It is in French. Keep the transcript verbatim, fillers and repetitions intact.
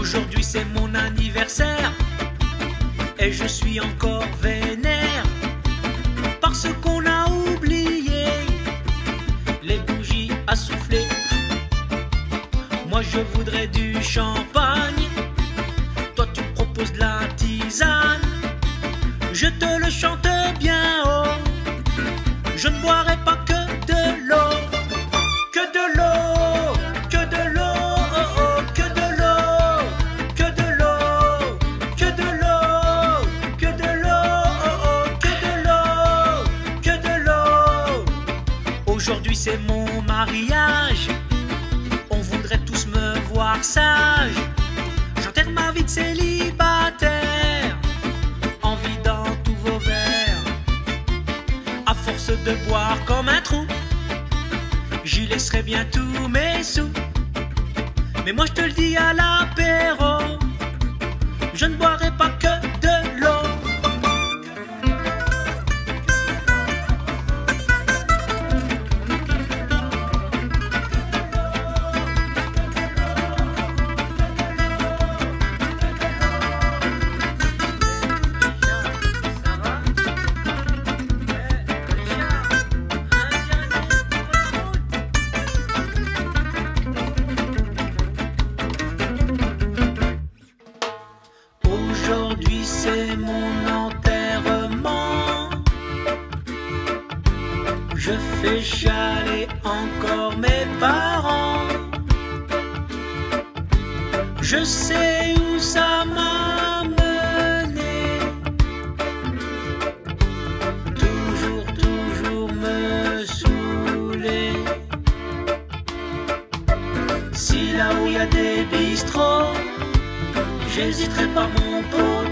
Aujourd'hui c'est mon anniversaire et je suis encore vénère parce qu'on a oublié les bougies à souffler. Moi je voudrais du champagne, toi tu proposes de la tisane. Je te le chante bien haut, je ne boirai pas que de l'eau. Que de l'eau, que de l'eau, oh oh, que de l'eau, que de l'eau, que de l'eau, que de l'eau, oh oh, que de l'eau, que de l'eau. Aujourd'hui c'est mon mariage, on voudrait tous me voir sage. J'enterre ma vie de célibataire en vidant tous vos verres. À force de boire comme un trou, j'y laisserai bien tous mes sous. Mais moi je te le dis à l'apéro, je ne boirai pas que de l'eau. Aujourd'hui c'est mon enterrement, je fais chialer encore mes parents. Je sais où ça m'a mené, toujours, toujours me saouler. Si là où y a des bistrots, j'hésiterai pas mon pot